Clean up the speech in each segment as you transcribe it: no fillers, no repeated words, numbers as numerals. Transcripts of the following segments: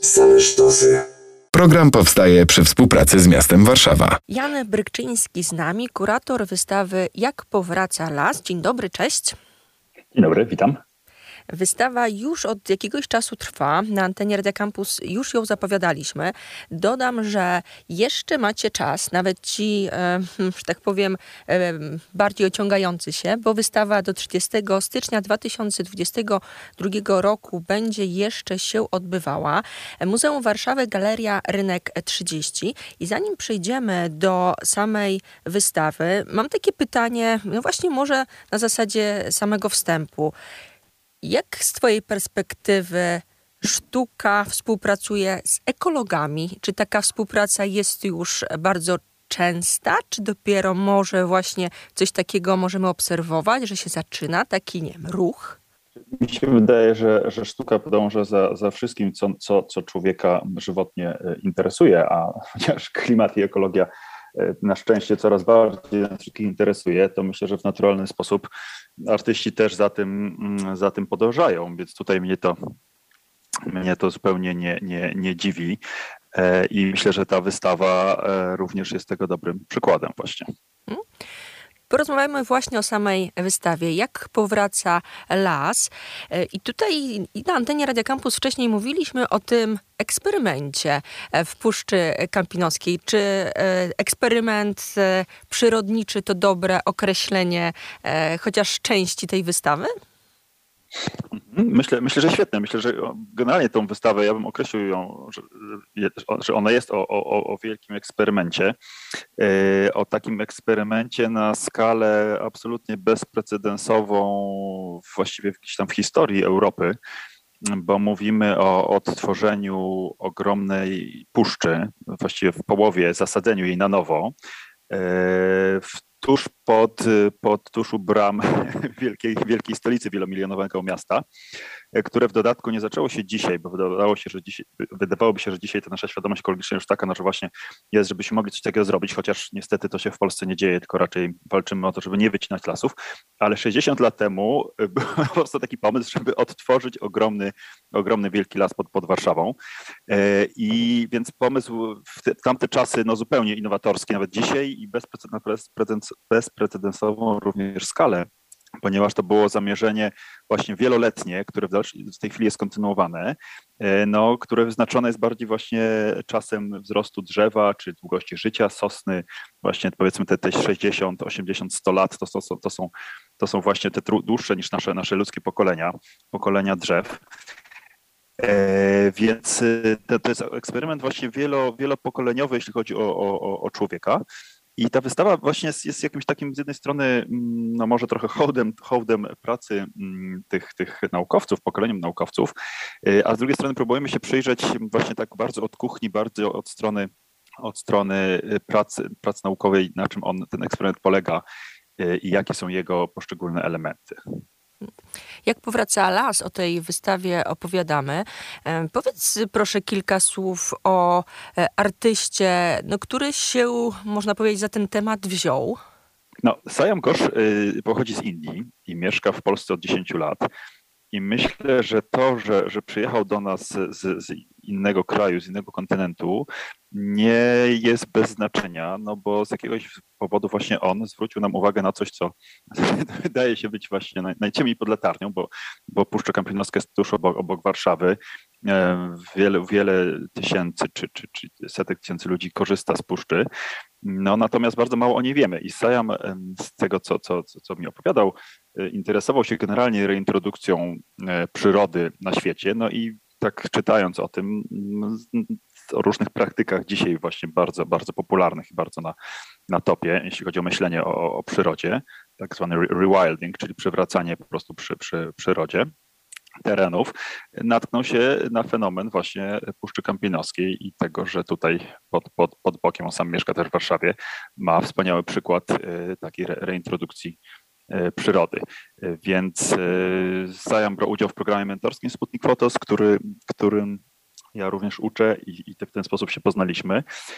Same sztosy. Program powstaje przy współpracy z miastem Warszawa. Jan Brykczyński z nami, kurator wystawy Jak powraca las. Dzień dobry, cześć. Dzień dobry, witam. Wystawa już od jakiegoś czasu trwa. Na antenie Radia Campus już ją zapowiadaliśmy. Dodam, że jeszcze macie czas, nawet ci, że tak powiem, bardziej ociągający się, bo wystawa do 30 stycznia 2022 roku będzie jeszcze się odbywała. Muzeum Warszawy, Galeria Rynek 30. I zanim przejdziemy do samej wystawy, mam takie pytanie, no właśnie może na zasadzie samego wstępu. Jak z twojej perspektywy sztuka współpracuje z ekologami? Czy taka współpraca jest już bardzo częsta, czy dopiero może właśnie coś takiego możemy obserwować, że się zaczyna taki, nie wiem, ruch? Mi się wydaje, że sztuka podąża za wszystkim, co człowieka żywotnie interesuje, a chociaż klimat i ekologia na szczęście coraz bardziej nas wszystkich interesuje, to myślę, że w naturalny sposób artyści też za tym podążają, więc tutaj mnie to zupełnie nie dziwi i myślę, że ta wystawa również jest tego dobrym przykładem właśnie. Porozmawiamy właśnie o samej wystawie, jak powraca las. I tutaj na antenie Radia Campus wcześniej mówiliśmy o tym eksperymencie w Puszczy Kampinoskiej. Czy eksperyment przyrodniczy to dobre określenie chociaż części tej wystawy? Myślę, że świetne. Myślę, że generalnie tą wystawę, ja bym określił ją, że ona jest o wielkim eksperymencie. O takim eksperymencie na skalę absolutnie bezprecedensową właściwie gdzieś tam w historii Europy, bo mówimy o odtworzeniu ogromnej puszczy, właściwie w połowie zasadzeniu jej na nowo, tuż u bram wielkiej stolicy wielomilionowego miasta, które w dodatku nie zaczęło się dzisiaj, bo wydawałoby się, że dzisiaj ta nasza świadomość ekologiczna już taka, że właśnie jest, żebyśmy mogli coś takiego zrobić, chociaż niestety to się w Polsce nie dzieje, tylko raczej walczymy o to, żeby nie wycinać lasów, ale 60 lat temu był po prostu taki pomysł, żeby odtworzyć ogromny wielki las pod Warszawą. I więc pomysł w tamte czasy zupełnie innowatorski, nawet dzisiaj i bezprecedensową również skalę, ponieważ to było zamierzenie właśnie wieloletnie, które w tej chwili jest kontynuowane, które wyznaczone jest bardziej właśnie czasem wzrostu drzewa czy długości życia sosny, właśnie powiedzmy te 60, 80, 100 lat, to są właśnie te dłuższe niż nasze ludzkie pokolenia drzew. Więc to jest eksperyment właśnie wielopokoleniowy, jeśli chodzi o człowieka. I ta wystawa właśnie jest jakimś takim z jednej strony, może trochę hołdem pracy tych naukowców, pokoleniem naukowców, a z drugiej strony próbujemy się przyjrzeć właśnie tak bardzo od kuchni, bardzo od strony pracy naukowej, na czym ten eksperyment polega i jakie są jego poszczególne elementy. Jak powraca las, o tej wystawie opowiadamy. Powiedz proszę kilka słów o artyście, który się, można powiedzieć, za ten temat wziął. Sajam Ghosh pochodzi z Indii i mieszka w Polsce od 10 lat. I myślę, że to, że przyjechał do nas z innego kraju, z innego kontynentu, nie jest bez znaczenia, bo z jakiegoś powodu właśnie on zwrócił nam uwagę na coś, co wydaje się być właśnie najciemniej pod latarnią, bo Puszcza Kampinoska jest tuż obok Warszawy. Wiele tysięcy czy setek tysięcy ludzi korzysta z puszczy. Natomiast bardzo mało o niej wiemy. I Sajam z tego, co mi opowiadał, interesował się generalnie reintrodukcją przyrody na świecie. I tak czytając o tym, o różnych praktykach dzisiaj właśnie bardzo, bardzo popularnych i bardzo na topie, jeśli chodzi o myślenie o przyrodzie, tak zwany rewilding, czyli przywracanie po prostu przy przyrodzie terenów, natknął się na fenomen właśnie Puszczy Kampinoskiej i tego, że tutaj pod bokiem, on sam mieszka też w Warszawie, ma wspaniały przykład takiej reintrodukcji przyrody. Więc Sajam brał udział w programie mentorskim Sputnik Photos, którym ja również uczę i w ten sposób się poznaliśmy.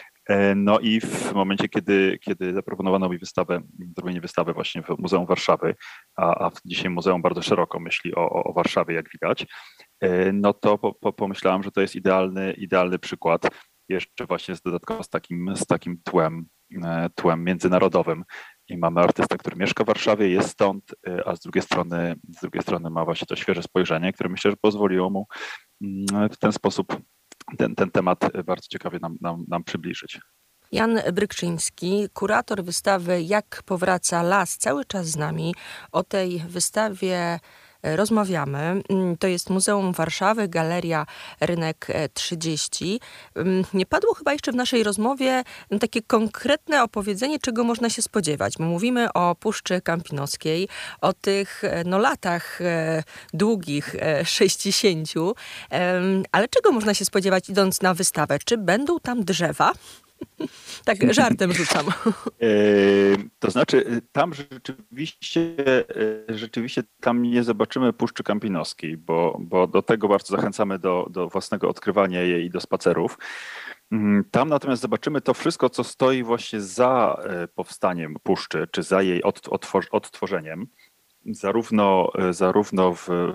I w momencie, kiedy zaproponowano mi zrobienie wystawy właśnie w Muzeum Warszawy, a dzisiaj muzeum bardzo szeroko myśli o Warszawie, jak widać, no to pomyślałem, że to jest idealny przykład. Jeszcze właśnie dodatkowo z takim tłem międzynarodowym. I mamy artystę, który mieszka w Warszawie, jest stąd, a z drugiej strony ma właśnie to świeże spojrzenie, które myślę, że pozwoliło mu w ten sposób ten temat bardzo ciekawie nam przybliżyć. Jan Brykszczyński, kurator wystawy Jak powraca las, cały czas z nami. O tej wystawie rozmawiamy. To jest Muzeum Warszawy, Galeria Rynek 30. Nie padło chyba jeszcze w naszej rozmowie takie konkretne opowiedzenie, czego można się spodziewać. My mówimy o Puszczy Kampinoskiej, o tych latach długich, 60, ale czego można się spodziewać idąc na wystawę? Czy będą tam drzewa? Tak żartem rzucam. To znaczy, tam rzeczywiście tam nie zobaczymy Puszczy Kampinoskiej, bo do tego bardzo zachęcamy do własnego odkrywania jej i do spacerów. Tam natomiast zobaczymy to wszystko, co stoi właśnie za powstaniem puszczy, czy za jej odtworzeniem, zarówno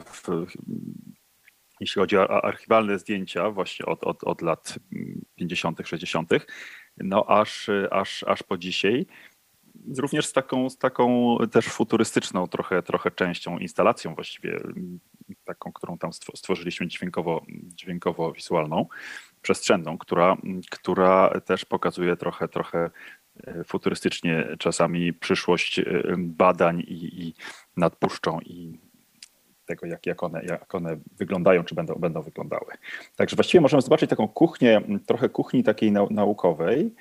jeśli chodzi o archiwalne zdjęcia właśnie od lat 50., 60., no aż po dzisiaj. Również z taką też futurystyczną trochę częścią, instalacją właściwie, taką, którą tam stworzyliśmy dźwiękowo-wizualną, przestrzenną, która też pokazuje trochę futurystycznie czasami przyszłość badań i nad puszczą i tego, jak one wyglądają, czy będą wyglądały. Także właściwie możemy zobaczyć taką kuchnię, trochę kuchni takiej naukowej.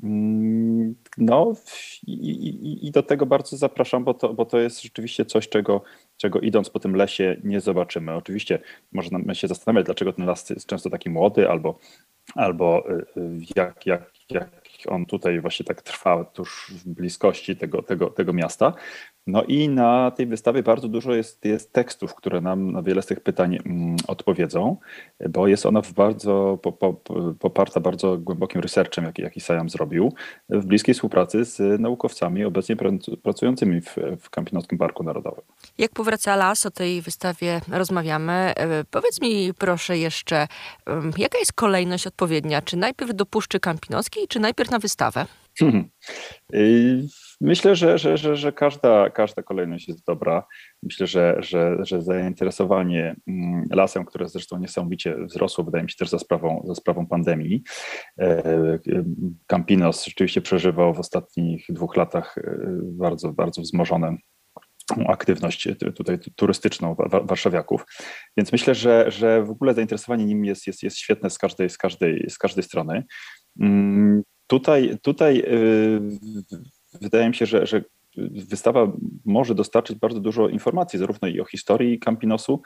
No i do tego bardzo zapraszam, bo to jest rzeczywiście coś, czego idąc po tym lesie nie zobaczymy. Oczywiście można się zastanawiać, dlaczego ten las jest często taki młody, albo jak on tutaj właśnie tak trwa tuż w bliskości tego miasta. No i na tej wystawie bardzo dużo jest tekstów, które nam na wiele z tych pytań odpowiedzą, bo jest ona poparta bardzo głębokim researchem, jaki Sajam zrobił, w bliskiej współpracy z naukowcami obecnie pracującymi w Kampinoskim Parku Narodowym. Jak powraca las, o tej wystawie rozmawiamy. Powiedz mi proszę jeszcze, jaka jest kolejność odpowiednia? Czy najpierw do Puszczy Kampinoskiej, czy najpierw na wystawę? Myślę, że każda kolejność jest dobra. Myślę, że zainteresowanie lasem, które zresztą niesamowicie wzrosło, wydaje mi się też za sprawą pandemii. Campinos rzeczywiście przeżywał w ostatnich 2 latach bardzo, bardzo wzmożone aktywność tutaj turystyczną warszawiaków. Więc myślę, że w ogóle zainteresowanie nim jest świetne z każdej strony. Tutaj wydaje mi się, że wystawa może dostarczyć bardzo dużo informacji, zarówno i o historii Campinosu,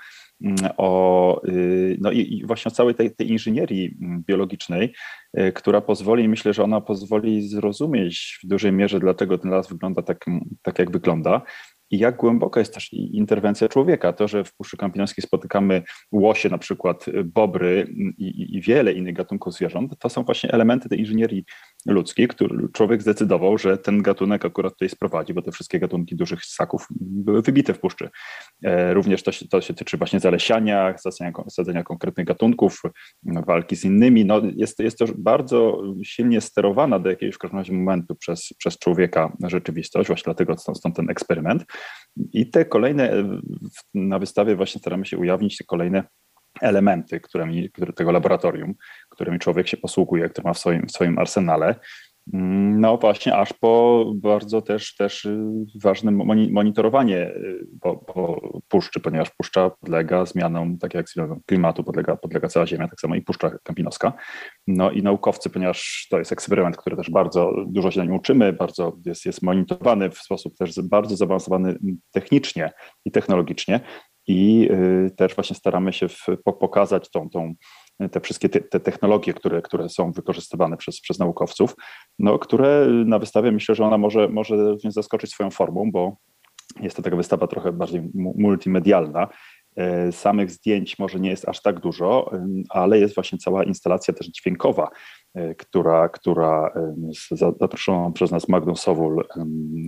no i właśnie o całej tej inżynierii biologicznej, która pozwoli, myślę, że ona pozwoli zrozumieć w dużej mierze, dlaczego ten las wygląda tak jak wygląda. I jak głęboka jest też interwencja człowieka. To, że w Puszczy Kampinoskiej spotykamy łosie, na przykład bobry i wiele innych gatunków zwierząt, to są właśnie elementy tej inżynierii ludzkiej, który człowiek zdecydował, że ten gatunek akurat tutaj sprowadzi, bo te wszystkie gatunki dużych ssaków były wybite w puszczy. Również to się tyczy właśnie zalesiania, sadzenia konkretnych gatunków, walki z innymi. No jest to bardzo silnie sterowana do jakiegoś w każdym razie momentu przez człowieka rzeczywistość, właśnie dlatego stąd ten eksperyment. I te kolejne, na wystawie właśnie staramy się ujawnić te kolejne elementy, tego laboratorium, którymi człowiek się posługuje, które ma w swoim arsenale. No właśnie aż po bardzo też ważne monitorowanie po puszczy, ponieważ puszcza podlega zmianom, tak jak zmianom klimatu podlega cała Ziemia, tak samo i Puszcza Kampinoska. No i naukowcy, ponieważ to jest eksperyment, który też bardzo dużo się na nim uczymy, bardzo jest monitorowany w sposób też bardzo zaawansowany technicznie i technologicznie i też właśnie staramy się pokazać te wszystkie te technologie, które są wykorzystywane przez naukowców, no, które na wystawie myślę, że ona może również zaskoczyć swoją formą, bo jest to taka wystawa trochę bardziej multimedialna. Samych zdjęć może nie jest aż tak dużo, ale jest właśnie cała instalacja też dźwiękowa, która jest zaproszoną przez nas Magdą Sowul,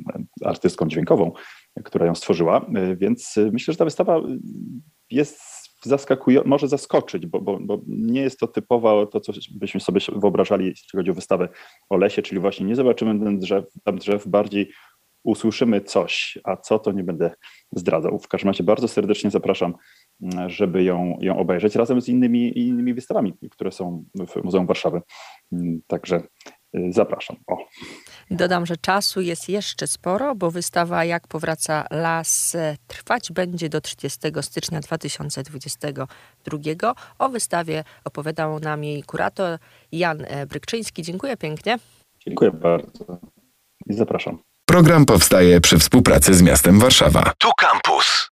artystką dźwiękową, która ją stworzyła, więc myślę, że ta wystawa jest może zaskoczyć, bo nie jest to typowo to, co byśmy sobie wyobrażali, jeśli chodzi o wystawę o lesie, czyli właśnie nie zobaczymy tam drzew, bardziej usłyszymy coś, a co to nie będę zdradzał. W każdym razie bardzo serdecznie zapraszam, żeby ją obejrzeć razem z innymi wystawami, które są w Muzeum Warszawy. Także zapraszam. Dodam, że czasu jest jeszcze sporo, bo wystawa Jak powraca las trwać będzie do 30 stycznia 2022. O wystawie opowiadał nam jej kurator Jan Brykczyński. Dziękuję pięknie. Dziękuję bardzo i zapraszam. Program powstaje przy współpracy z miastem Warszawa. Tu Campus.